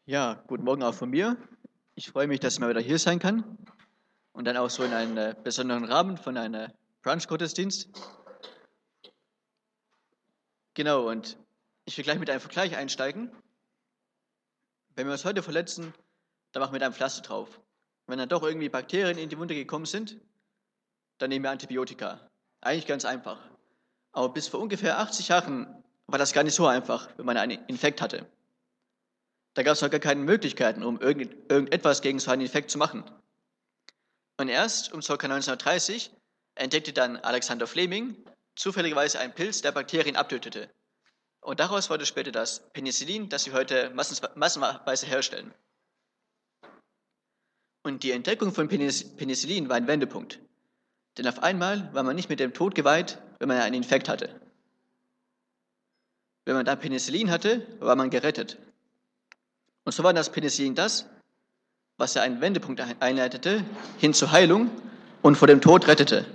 Ja, guten Morgen auch von mir. Ich freue mich, dass ich mal wieder hier sein kann und dann auch so in einem besonderen Rahmen von einem Brunch-Gottesdienst. Genau, und ich will gleich mit einem Vergleich einsteigen. Wenn wir uns heute verletzen, dann machen wir da ein Pflaster drauf. Wenn dann doch irgendwie Bakterien in die Wunde gekommen sind, dann nehmen wir Antibiotika. Eigentlich ganz einfach. Aber bis vor ungefähr 80 Jahren war das gar nicht so einfach, wenn man einen Infekt hatte. Da gab es noch gar keine Möglichkeiten, um irgendetwas gegen so einen Infekt zu machen. Und erst um ca. 1930 entdeckte dann Alexander Fleming zufälligerweise einen Pilz, der Bakterien abtötete. Und daraus wurde später das Penicillin, das wir heute massenweise herstellen. Und die Entdeckung von Penicillin war ein Wendepunkt. Denn auf einmal war man nicht mit dem Tod geweiht, wenn man einen Infekt hatte. Wenn man dann Penicillin hatte, war man gerettet. Und so war das Penicillin das, was einen Wendepunkt einleitete, hin zur Heilung und vor dem Tod rettete.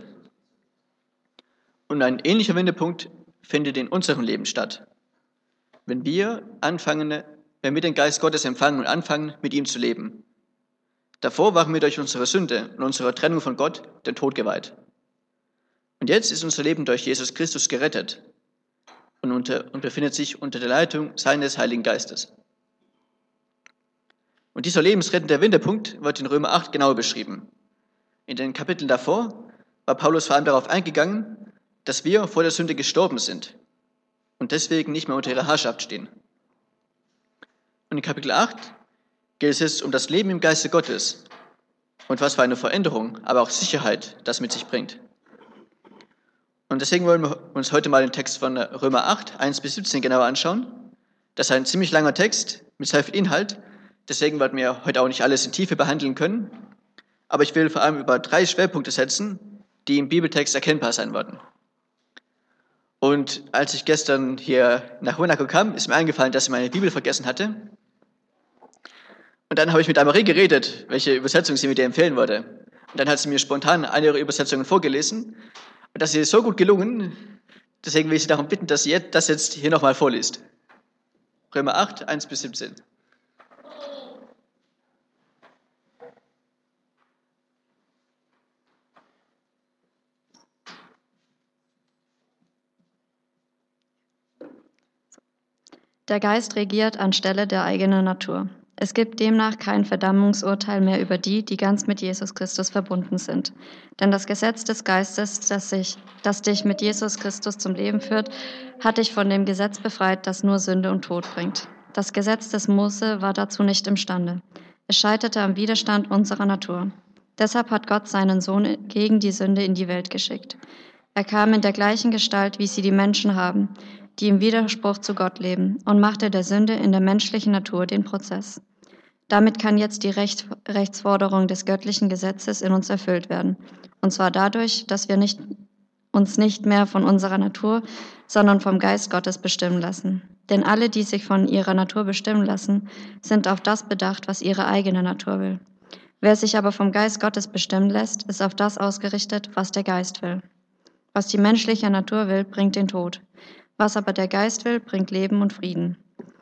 Und ein ähnlicher Wendepunkt findet in unserem Leben statt. Wenn wir den Geist Gottes empfangen und anfangen, mit ihm zu leben. Davor waren wir durch unsere Sünde und unsere Trennung von Gott den Tod geweiht. Und jetzt ist unser Leben durch Jesus Christus gerettet und befindet sich unter der Leitung seines Heiligen Geistes. Und dieser lebensrettende Wendepunkt wird in Römer 8 genau beschrieben. In den Kapiteln davor war Paulus vor allem darauf eingegangen, dass wir vor der Sünde gestorben sind und deswegen nicht mehr unter ihrer Herrschaft stehen. Und in Kapitel 8 geht es jetzt um das Leben im Geiste Gottes und was für eine Veränderung, aber auch Sicherheit das mit sich bringt. Und deswegen wollen wir uns heute mal den Text von Römer 8, 1 bis 17 genauer anschauen. Das ist ein ziemlich langer Text mit sehr viel Inhalt, deswegen werden wir heute auch nicht alles in Tiefe behandeln können. Aber ich will vor allem über 3 Schwerpunkte setzen, die im Bibeltext erkennbar sein werden. Und als ich gestern hier nach Monaco kam, ist mir eingefallen, dass ich meine Bibel vergessen hatte. Und dann habe ich mit Anne-Marie geredet, welche Übersetzung sie mir dir empfehlen würde. Und dann hat sie mir spontan eine ihrer Übersetzungen vorgelesen. Und das ist so gut gelungen, deswegen will ich Sie darum bitten, dass sie das jetzt hier nochmal vorliest. Römer 8, 1 bis 17. Der Geist regiert anstelle der eigenen Natur. Es gibt demnach kein Verdammungsurteil mehr über die, die ganz mit Jesus Christus verbunden sind. Denn das Gesetz des Geistes, das dich mit Jesus Christus zum Leben führt, hat dich von dem Gesetz befreit, das nur Sünde und Tod bringt. Das Gesetz des Mose war dazu nicht imstande. Es scheiterte am Widerstand unserer Natur. Deshalb hat Gott seinen Sohn gegen die Sünde in die Welt geschickt. Er kam in der gleichen Gestalt, wie sie die Menschen haben, die im Widerspruch zu Gott leben, und machte der Sünde in der menschlichen Natur den Prozess. Damit kann jetzt die Rechtsforderung des göttlichen Gesetzes in uns erfüllt werden, und zwar dadurch, dass wir uns nicht mehr von unserer Natur, sondern vom Geist Gottes bestimmen lassen. Denn alle, die sich von ihrer Natur bestimmen lassen, sind auf das bedacht, was ihre eigene Natur will. Wer sich aber vom Geist Gottes bestimmen lässt, ist auf das ausgerichtet, was der Geist will. Was die menschliche Natur will, bringt den Tod. Was aber der Geist will, bringt Leben und Frieden.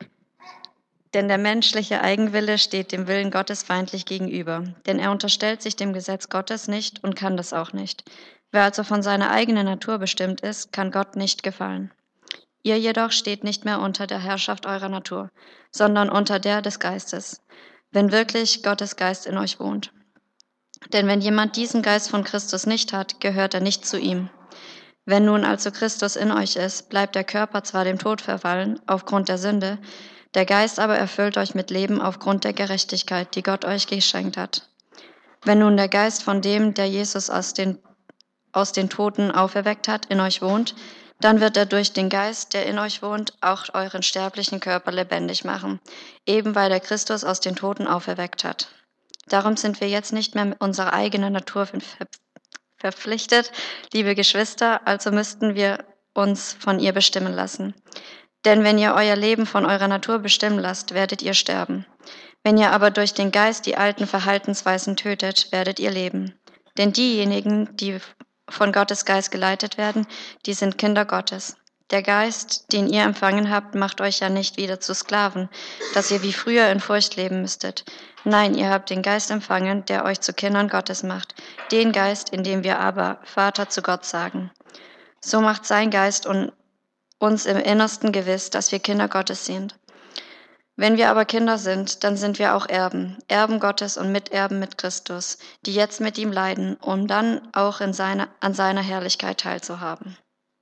Denn der menschliche Eigenwille steht dem Willen Gottes feindlich gegenüber, denn er unterstellt sich dem Gesetz Gottes nicht und kann das auch nicht. Wer also von seiner eigenen Natur bestimmt ist, kann Gott nicht gefallen. Ihr jedoch steht nicht mehr unter der Herrschaft eurer Natur, sondern unter der des Geistes, wenn wirklich Gottes Geist in euch wohnt. Denn wenn jemand diesen Geist von Christus nicht hat, gehört er nicht zu ihm. Wenn nun also Christus in euch ist, bleibt der Körper zwar dem Tod verfallen, aufgrund der Sünde, der Geist aber erfüllt euch mit Leben aufgrund der Gerechtigkeit, die Gott euch geschenkt hat. Wenn nun der Geist von dem, der Jesus aus den Toten auferweckt hat, in euch wohnt, dann wird er durch den Geist, der in euch wohnt, auch euren sterblichen Körper lebendig machen, eben weil der Christus aus den Toten auferweckt hat. Darum sind wir jetzt nicht mehr mit unserer eigenen Natur verpflichtet, liebe Geschwister, also müssten wir uns von ihr bestimmen lassen. Denn wenn ihr euer Leben von eurer Natur bestimmen lasst, werdet ihr sterben. Wenn ihr aber durch den Geist die alten Verhaltensweisen tötet, werdet ihr leben. Denn diejenigen, die von Gottes Geist geleitet werden, die sind Kinder Gottes. Der Geist, den ihr empfangen habt, macht euch ja nicht wieder zu Sklaven, dass ihr wie früher in Furcht leben müsstet. Nein, ihr habt den Geist empfangen, der euch zu Kindern Gottes macht. Den Geist, in dem wir aber Vater zu Gott sagen. So macht sein Geist uns im Innersten gewiss, dass wir Kinder Gottes sind. Wenn wir aber Kinder sind, dann sind wir auch Erben, Erben Gottes und Miterben mit Christus, die jetzt mit ihm leiden, um dann auch an seiner Herrlichkeit teilzuhaben.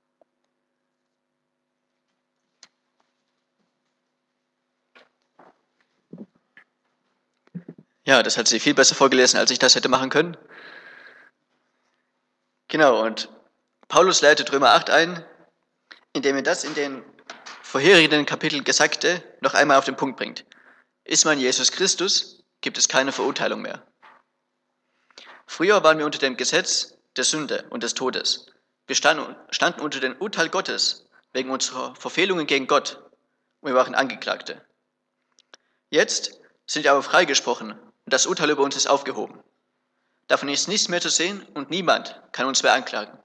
Ja, das hat sie viel besser vorgelesen, als ich das hätte machen können. Genau, und Paulus leitet Römer 8 ein, indem er das in den vorherigen Kapiteln Gesagte noch einmal auf den Punkt bringt. Ist man Jesus Christus, gibt es keine Verurteilung mehr. Früher waren wir unter dem Gesetz der Sünde und des Todes. Wir standen unter dem Urteil Gottes wegen unserer Verfehlungen gegen Gott und wir waren Angeklagte. Jetzt sind wir aber freigesprochen und das Urteil über uns ist aufgehoben. Davon ist nichts mehr zu sehen und niemand kann uns mehr anklagen.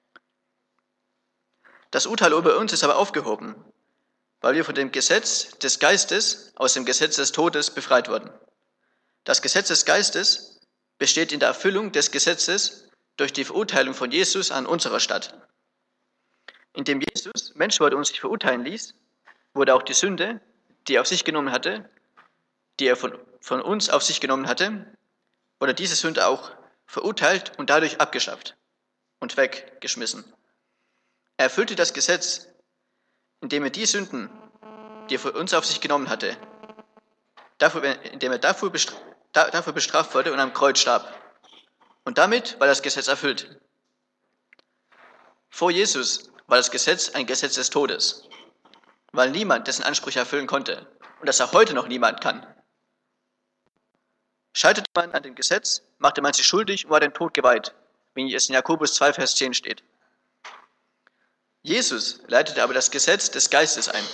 Das Urteil über uns ist aber aufgehoben, weil wir von dem Gesetz des Geistes aus dem Gesetz des Todes befreit wurden. Das Gesetz des Geistes besteht in der Erfüllung des Gesetzes durch die Verurteilung von Jesus an unserer Stadt. Indem Jesus Mensch wurde und sich verurteilen ließ, wurde auch die Sünde, die er auf sich genommen hatte, die er von uns auf sich genommen hatte, wurde diese Sünde auch verurteilt und dadurch abgeschafft und weggeschmissen. Er erfüllte das Gesetz, indem er die Sünden, die er von uns auf sich genommen hatte, indem er dafür bestraft wurde und am Kreuz starb. Und damit war das Gesetz erfüllt. Vor Jesus war das Gesetz ein Gesetz des Todes, weil niemand dessen Ansprüche erfüllen konnte und das auch heute noch niemand kann. Scheiterte man an dem Gesetz, machte man sich schuldig und war dem Tod geweiht, wie es in Jakobus 2, Vers 10 steht. Jesus leitete aber das Gesetz des Geistes ein,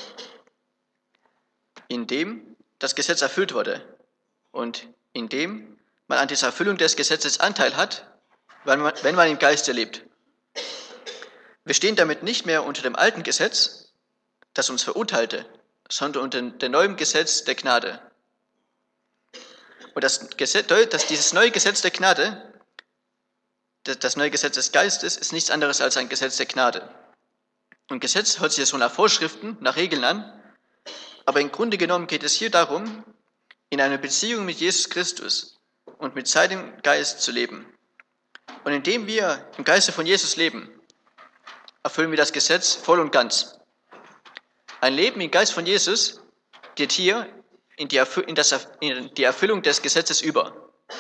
in dem das Gesetz erfüllt wurde und in dem man an dieser Erfüllung des Gesetzes Anteil hat, wenn man im Geiste lebt. Wir stehen damit nicht mehr unter dem alten Gesetz, das uns verurteilte, sondern unter dem neuen Gesetz der Gnade. Und dieses neue Gesetz der Gnade, das neue Gesetz des Geistes, ist nichts anderes als ein Gesetz der Gnade. Und Gesetz hört sich so nach Vorschriften, nach Regeln an, aber im Grunde genommen geht es hier darum, in einer Beziehung mit Jesus Christus und mit seinem Geist zu leben. Und indem wir im Geiste von Jesus leben, erfüllen wir das Gesetz voll und ganz. Ein Leben im Geist von Jesus geht hier in die Erfüllung des Gesetzes über.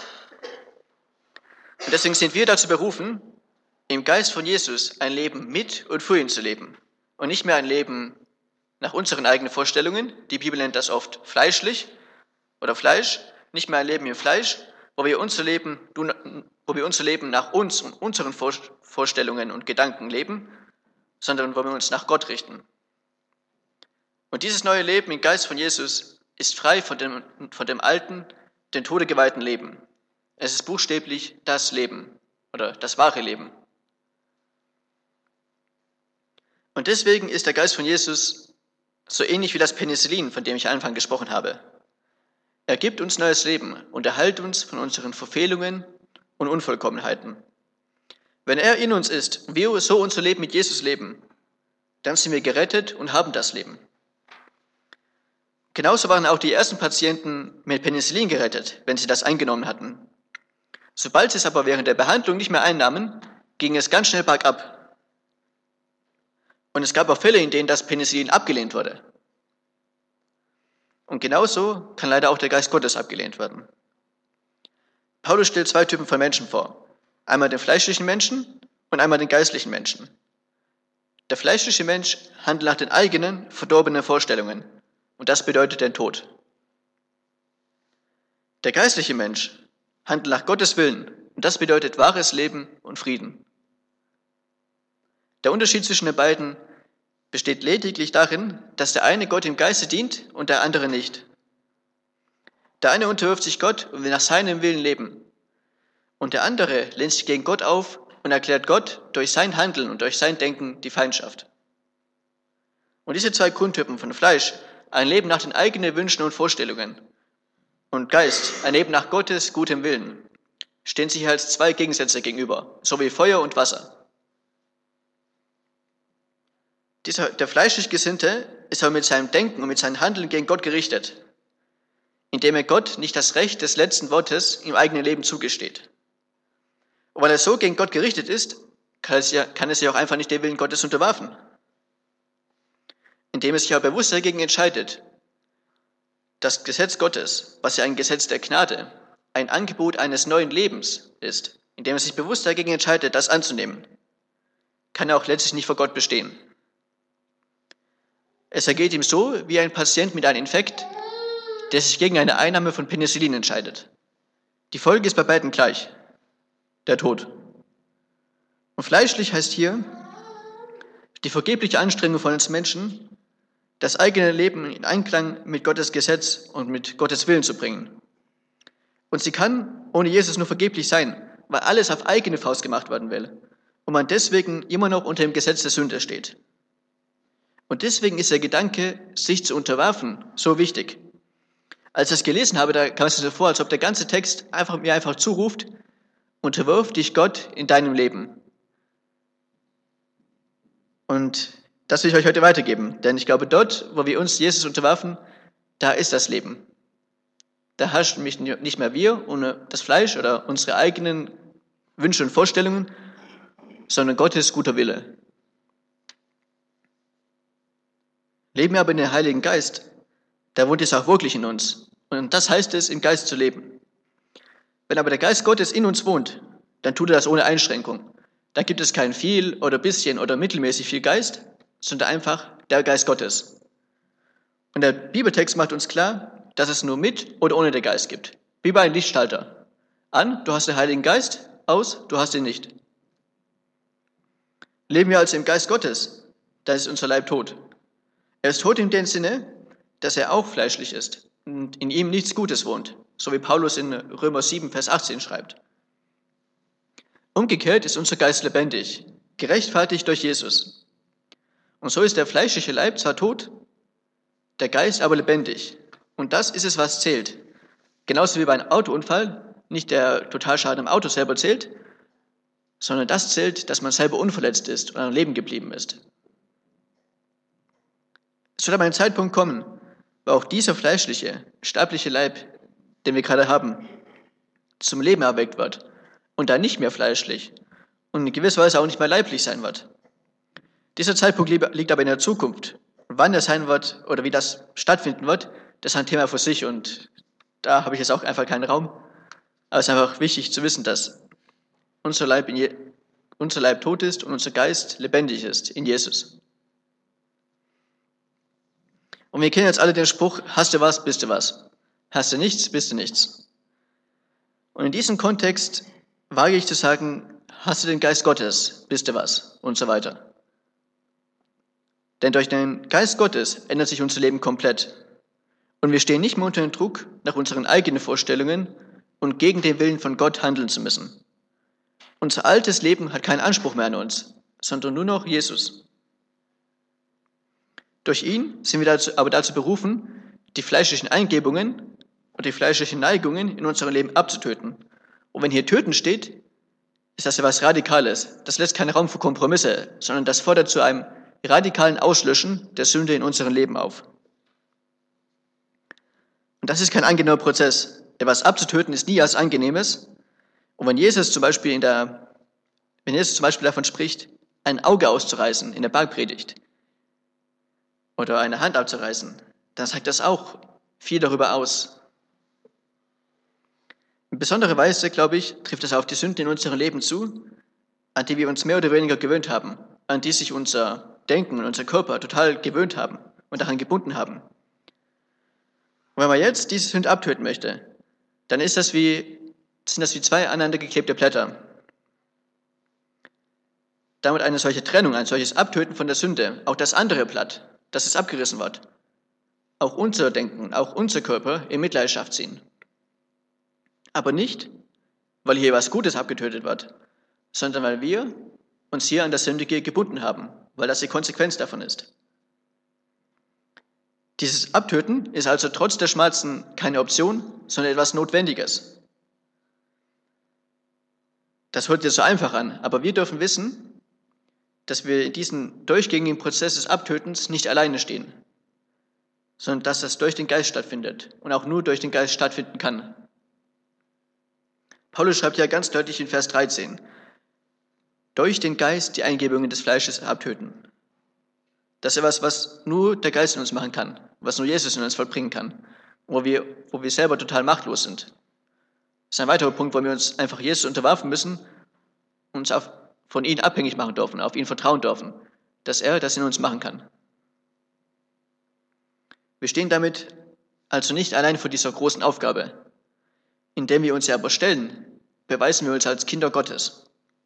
Und deswegen sind wir dazu berufen, im Geist von Jesus ein Leben mit und für ihn zu leben. Und nicht mehr ein Leben nach unseren eigenen Vorstellungen. Die Bibel nennt das oft fleischlich oder Fleisch. Nicht mehr ein Leben im Fleisch, wo wir unser Leben nach uns und unseren Vorstellungen und Gedanken leben, sondern wo wir uns nach Gott richten. Und dieses neue Leben im Geist von Jesus ist frei von dem alten, dem Tode geweihten Leben. Es ist buchstäblich das Leben oder das wahre Leben. Und deswegen ist der Geist von Jesus so ähnlich wie das Penicillin, von dem ich am Anfang gesprochen habe. Er gibt uns neues Leben und erhält uns von unseren Verfehlungen und Unvollkommenheiten. Wenn er in uns ist, wir so unser Leben mit Jesus leben, dann sind wir gerettet und haben das Leben. Genauso waren auch die ersten Patienten mit Penicillin gerettet, wenn sie das eingenommen hatten. Sobald sie es aber während der Behandlung nicht mehr einnahmen, ging es ganz schnell bergab. Und es gab auch Fälle, in denen das Penicillin abgelehnt wurde. Und genauso kann leider auch der Geist Gottes abgelehnt werden. Paulus stellt zwei Typen von Menschen vor. Einmal den fleischlichen Menschen und einmal den geistlichen Menschen. Der fleischliche Mensch handelt nach den eigenen, verdorbenen Vorstellungen. Und das bedeutet den Tod. Der geistliche Mensch handelt nach Gottes Willen. Und das bedeutet wahres Leben und Frieden. Der Unterschied zwischen den beiden besteht lediglich darin, dass der eine Gott im Geiste dient und der andere nicht. Der eine unterwirft sich Gott und will nach seinem Willen leben. Und der andere lehnt sich gegen Gott auf und erklärt Gott durch sein Handeln und durch sein Denken die Feindschaft. Und diese zwei Grundtypen von Fleisch, ein Leben nach den eigenen Wünschen und Vorstellungen, und Geist, ein Leben nach Gottes gutem Willen, stehen sich als zwei Gegensätze gegenüber, so wie Feuer und Wasser. Der fleischlich Gesinnte ist aber mit seinem Denken und mit seinem Handeln gegen Gott gerichtet, indem er Gott nicht das Recht des letzten Wortes im eigenen Leben zugesteht. Und weil er so gegen Gott gerichtet ist, kann er sich auch einfach nicht dem Willen Gottes unterwerfen. Indem er sich aber bewusst dagegen entscheidet, das Gesetz Gottes, was ja ein Gesetz der Gnade, ein Angebot eines neuen Lebens ist, indem er sich bewusst dagegen entscheidet, das anzunehmen, kann er auch letztlich nicht vor Gott bestehen. Es ergeht ihm so wie ein Patient mit einem Infekt, der sich gegen eine Einnahme von Penicillin entscheidet. Die Folge ist bei beiden gleich, der Tod. Und fleischlich heißt hier die vergebliche Anstrengung von uns Menschen, das eigene Leben in Einklang mit Gottes Gesetz und mit Gottes Willen zu bringen. Und sie kann ohne Jesus nur vergeblich sein, weil alles auf eigene Faust gemacht werden will und man deswegen immer noch unter dem Gesetz der Sünde steht. Und deswegen ist der Gedanke, sich zu unterwerfen, so wichtig. Als ich das gelesen habe, da kam es mir so vor, als ob der ganze Text mir einfach zuruft, unterwirf dich Gott in deinem Leben. Und das will ich euch heute weitergeben, denn ich glaube, dort, wo wir uns Jesus unterwerfen, da ist das Leben. Da herrschen nicht mehr wir und das Fleisch oder unsere eigenen Wünsche und Vorstellungen, sondern Gottes guter Wille. Leben wir aber in den Heiligen Geist, da wohnt es auch wirklich in uns. Und das heißt es, im Geist zu leben. Wenn aber der Geist Gottes in uns wohnt, dann tut er das ohne Einschränkung. Da gibt es kein viel oder bisschen oder mittelmäßig viel Geist, sondern einfach der Geist Gottes. Und der Bibeltext macht uns klar, dass es nur mit oder ohne den Geist gibt. Wie bei einem Lichtschalter. An, du hast den Heiligen Geist, aus, du hast ihn nicht. Leben wir also im Geist Gottes, dann ist unser Leib tot. Er ist tot in dem Sinne, dass er auch fleischlich ist und in ihm nichts Gutes wohnt, so wie Paulus in Römer 7, Vers 18 schreibt. Umgekehrt ist unser Geist lebendig, gerechtfertigt durch Jesus. Und so ist der fleischliche Leib zwar tot, der Geist aber lebendig. Und das ist es, was zählt. Genauso wie bei einem Autounfall nicht der Totalschaden im Auto selber zählt, sondern das zählt, dass man selber unverletzt ist und am Leben geblieben ist. Es wird aber ein Zeitpunkt kommen, wo auch dieser fleischliche, sterbliche Leib, den wir gerade haben, zum Leben erweckt wird und dann nicht mehr fleischlich und in gewisser Weise auch nicht mehr leiblich sein wird. Dieser Zeitpunkt liegt aber in der Zukunft. Und wann das sein wird oder wie das stattfinden wird, das ist ein Thema für sich und da habe ich jetzt auch einfach keinen Raum. Aber es ist einfach wichtig zu wissen, dass unser Leib tot ist und unser Geist lebendig ist in Jesus. Und wir kennen jetzt alle den Spruch, hast du was, bist du was. Hast du nichts, bist du nichts. Und in diesem Kontext wage ich zu sagen, hast du den Geist Gottes, bist du was und so weiter. Denn durch den Geist Gottes ändert sich unser Leben komplett. Und wir stehen nicht mehr unter dem Druck, nach unseren eigenen Vorstellungen und gegen den Willen von Gott handeln zu müssen. Unser altes Leben hat keinen Anspruch mehr an uns, sondern nur noch Jesus. Durch ihn sind wir aber dazu berufen, die fleischlichen Eingebungen und die fleischlichen Neigungen in unserem Leben abzutöten. Und wenn hier töten steht, ist das ja was Radikales. Das lässt keinen Raum für Kompromisse, sondern das fordert zu einem radikalen Auslöschen der Sünde in unserem Leben auf. Und das ist kein angenehmer Prozess. Etwas abzutöten ist nie als Angenehmes. Und wenn Jesus zum Beispiel davon spricht, ein Auge auszureißen in der Bergpredigt oder eine Hand abzureißen, dann sagt das auch viel darüber aus. In besonderer Weise, glaube ich, trifft es auf die Sünden in unserem Leben zu, an die wir uns mehr oder weniger gewöhnt haben, an die sich unser Denken und unser Körper total gewöhnt haben und daran gebunden haben. Und wenn man jetzt diese Sünde abtöten möchte, dann sind das wie zwei aneinander geklebte Blätter. Damit eine solche Trennung, ein solches Abtöten von der Sünde, auch das andere Blatt, dass es abgerissen wird, auch unser Denken, auch unser Körper in Mitleidenschaft ziehen. Aber nicht, weil hier was Gutes abgetötet wird, sondern weil wir uns hier an das Sündige gebunden haben, weil das die Konsequenz davon ist. Dieses Abtöten ist also trotz der Schmerzen keine Option, sondern etwas Notwendiges. Das hört sich so einfach an, aber wir dürfen wissen, dass wir in diesem durchgängigen Prozess des Abtötens nicht alleine stehen, sondern dass das durch den Geist stattfindet und auch nur durch den Geist stattfinden kann. Paulus schreibt ja ganz deutlich in Vers 13, durch den Geist die Eingebungen des Fleisches abtöten. Das ist etwas, was nur der Geist in uns machen kann, was nur Jesus in uns vollbringen kann, wo wir selber total machtlos sind. Das ist ein weiterer Punkt, wo wir uns einfach Jesus unterwerfen müssen und uns von ihm abhängig machen dürfen, auf ihn vertrauen dürfen, dass er das in uns machen kann. Wir stehen damit also nicht allein vor dieser großen Aufgabe. Indem wir uns aber stellen, beweisen wir uns als Kinder Gottes.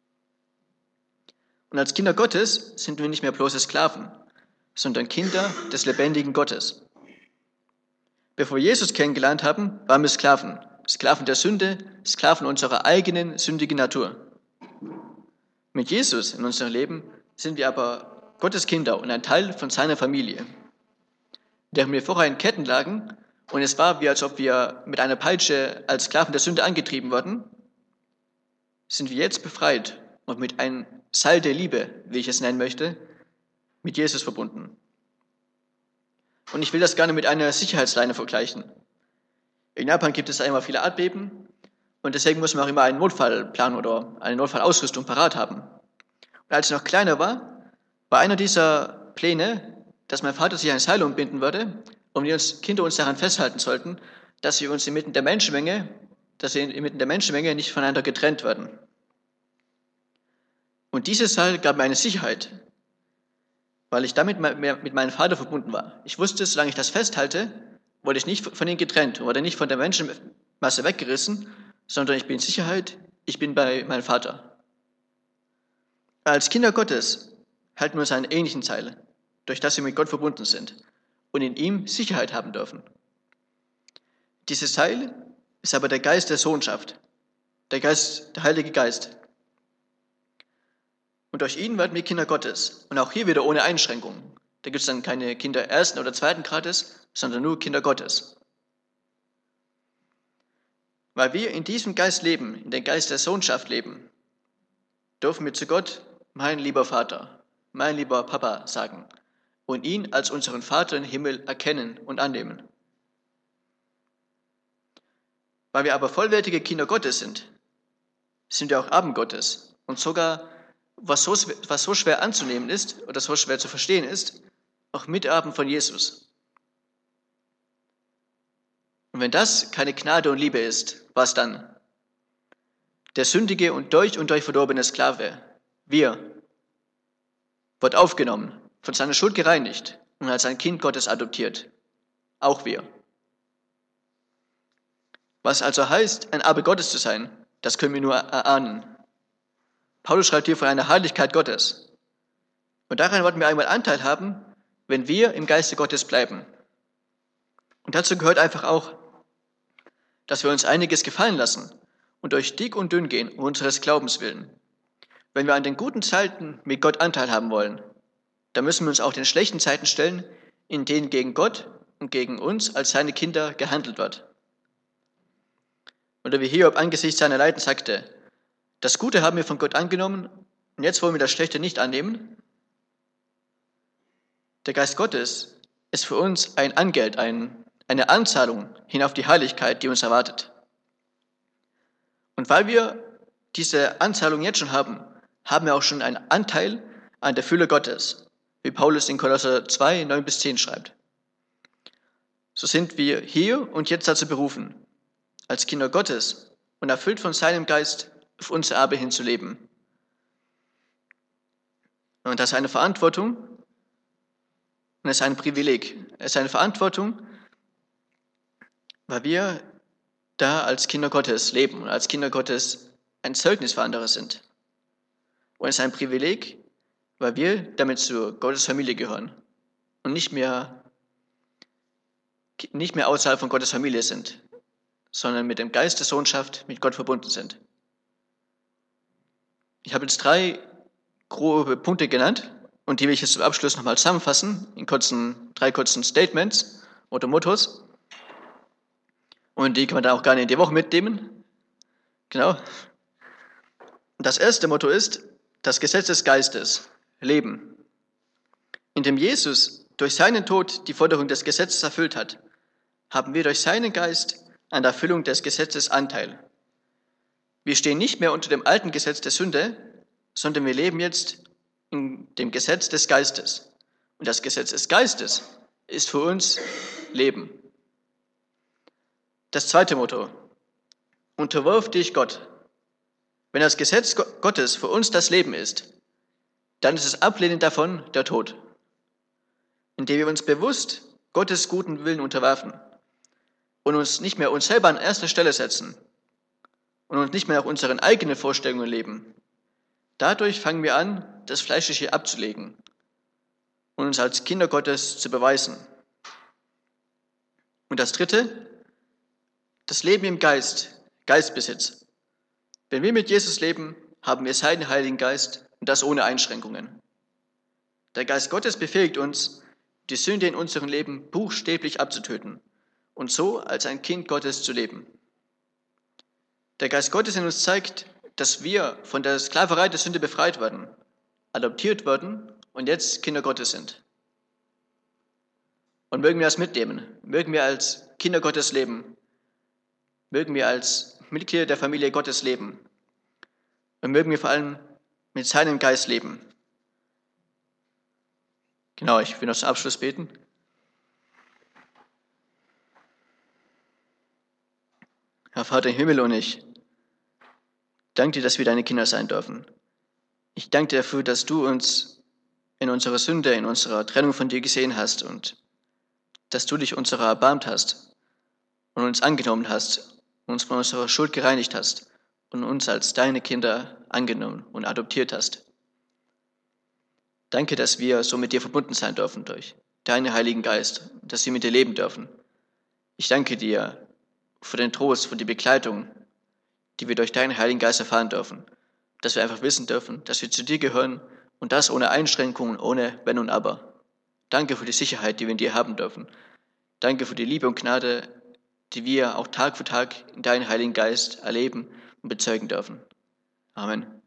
Und als Kinder Gottes sind wir nicht mehr bloße Sklaven, sondern Kinder des lebendigen Gottes. Bevor wir Jesus kennengelernt haben, waren wir Sklaven. Sklaven der Sünde, Sklaven unserer eigenen sündigen Natur. Mit Jesus in unserem Leben sind wir aber Gottes Kinder und ein Teil von seiner Familie. Während wir vorher in Ketten lagen und es war, wie als ob wir mit einer Peitsche als Sklaven der Sünde angetrieben wurden, sind wir jetzt befreit und mit einem Seil der Liebe, wie ich es nennen möchte, mit Jesus verbunden. Und ich will das gerne mit einer Sicherheitsleine vergleichen. In Japan gibt es einmal viele Erdbeben und deswegen muss man auch immer einen Notfallplan oder eine Notfallausrüstung parat haben. Und als ich noch kleiner war einer dieser Pläne, dass mein Vater sich ein Seil umbinden würde und wir Kinder uns daran festhalten sollten, dass wir inmitten der Menschenmenge nicht voneinander getrennt werden. Und dieses Seil gab mir eine Sicherheit, weil ich damit mit meinem Vater verbunden war. Ich wusste, solange ich das festhalte, wurde ich nicht von ihm getrennt, wurde nicht von der Menschenmasse weggerissen, sondern ich bin in Sicherheit, ich bin bei meinem Vater. Als Kinder Gottes halten wir uns an einen ähnlichen Seil, durch das wir mit Gott verbunden sind und in ihm Sicherheit haben dürfen. Dieses Seil ist aber der Geist der Sohnschaft, der Heilige Geist. Und durch ihn werden wir Kinder Gottes und auch hier wieder ohne Einschränkungen. Da gibt es dann keine Kinder ersten oder zweiten Grades, sondern nur Kinder Gottes. Weil wir in diesem Geist leben, in dem Geist der Sohnschaft leben, dürfen wir zu Gott, mein lieber Vater, mein lieber Papa sagen und ihn als unseren Vater im Himmel erkennen und annehmen. Weil wir aber vollwertige Kinder Gottes sind wir auch Erben Gottes und sogar, was so schwer anzunehmen ist oder so schwer zu verstehen ist, auch Miterben von Jesus. Und wenn das keine Gnade und Liebe ist, was dann? Der sündige und durch verdorbene Sklave, wird aufgenommen, von seiner Schuld gereinigt und als ein Kind Gottes adoptiert. Auch wir. Was also heißt, ein Erbe Gottes zu sein, das können wir nur erahnen. Paulus schreibt hier von einer Heiligkeit Gottes. Und daran werden wir einmal Anteil haben, wenn wir im Geiste Gottes bleiben. Und dazu gehört einfach auch, dass wir uns einiges gefallen lassen und durch dick und dünn gehen, um unseres Glaubens willen. Wenn wir an den guten Zeiten mit Gott Anteil haben wollen, dann müssen wir uns auch den schlechten Zeiten stellen, in denen gegen Gott und gegen uns als seine Kinder gehandelt wird. Oder wie Hiob angesichts seiner Leiden sagte, das Gute haben wir von Gott angenommen und jetzt wollen wir das Schlechte nicht annehmen. Der Geist Gottes ist für uns ein Angeld, eine Anzahlung hin auf die Heiligkeit, die uns erwartet. Und weil wir diese Anzahlung jetzt schon haben, haben wir auch schon einen Anteil an der Fülle Gottes, wie Paulus in Kolosser 2, 9-10 schreibt. So sind wir hier und jetzt dazu berufen, als Kinder Gottes und erfüllt von seinem Geist auf unser Erbe hinzuleben. Und das ist eine Verantwortung und es ist ein Privileg. Es ist eine Verantwortung, weil wir da als Kinder Gottes leben und als Kinder Gottes ein Zeugnis für andere sind. Und es ist ein Privileg, weil wir damit zur Gottes Familie gehören und nicht mehr außerhalb von Gottes Familie sind, sondern mit dem Geist der Sohnschaft mit Gott verbunden sind. Ich habe jetzt 3 grobe Punkte genannt und die will ich jetzt zum Abschluss nochmal zusammenfassen in 3 kurzen Statements. oder Mottos. Und die kann man dann auch gerne in die Woche mitnehmen. Genau. Das erste Motto ist das Gesetz des Geistes, Leben. Indem Jesus durch seinen Tod die Forderung des Gesetzes erfüllt hat, haben wir durch seinen Geist an der Erfüllung des Gesetzes Anteil. Wir stehen nicht mehr unter dem alten Gesetz der Sünde, sondern wir leben jetzt in dem Gesetz des Geistes. Und das Gesetz des Geistes ist für uns Leben. Das zweite Motto: Unterwirf dich Gott. Wenn das Gesetz Gottes für uns das Leben ist, dann ist es Ablehnen davon der Tod. Indem wir uns bewusst Gottes guten Willen unterwerfen und uns nicht mehr uns selber an erster Stelle setzen und uns nicht mehr nach unseren eigenen Vorstellungen leben, dadurch fangen wir an, das Fleischliche abzulegen und uns als Kinder Gottes zu beweisen. Und das dritte: das Leben im Geist, Geistbesitz. Wenn wir mit Jesus leben, haben wir seinen Heiligen Geist und das ohne Einschränkungen. Der Geist Gottes befähigt uns, die Sünde in unserem Leben buchstäblich abzutöten und so als ein Kind Gottes zu leben. Der Geist Gottes in uns zeigt, dass wir von der Sklaverei der Sünde befreit werden, adoptiert werden und jetzt Kinder Gottes sind. Und mögen wir das mitnehmen, mögen wir als Kinder Gottes leben, mögen wir als Mitglieder der Familie Gottes leben und mögen wir vor allem mit seinem Geist leben. Genau, ich will noch zum Abschluss beten. Herr Vater im Himmel, und ich danke dir, dass wir deine Kinder sein dürfen. Ich danke dir dafür, dass du uns in unserer Sünde, in unserer Trennung von dir gesehen hast und dass du dich unserer erbarmt hast und uns angenommen hast, uns von unserer Schuld gereinigt hast und uns als deine Kinder angenommen und adoptiert hast. Danke, dass wir so mit dir verbunden sein dürfen durch deinen Heiligen Geist, dass wir mit dir leben dürfen. Ich danke dir für den Trost, für die Begleitung, die wir durch deinen Heiligen Geist erfahren dürfen, dass wir einfach wissen dürfen, dass wir zu dir gehören und das ohne Einschränkungen, ohne Wenn und Aber. Danke für die Sicherheit, die wir in dir haben dürfen. Danke für die Liebe und Gnade, die wir auch Tag für Tag in deinem Heiligen Geist erleben und bezeugen dürfen. Amen.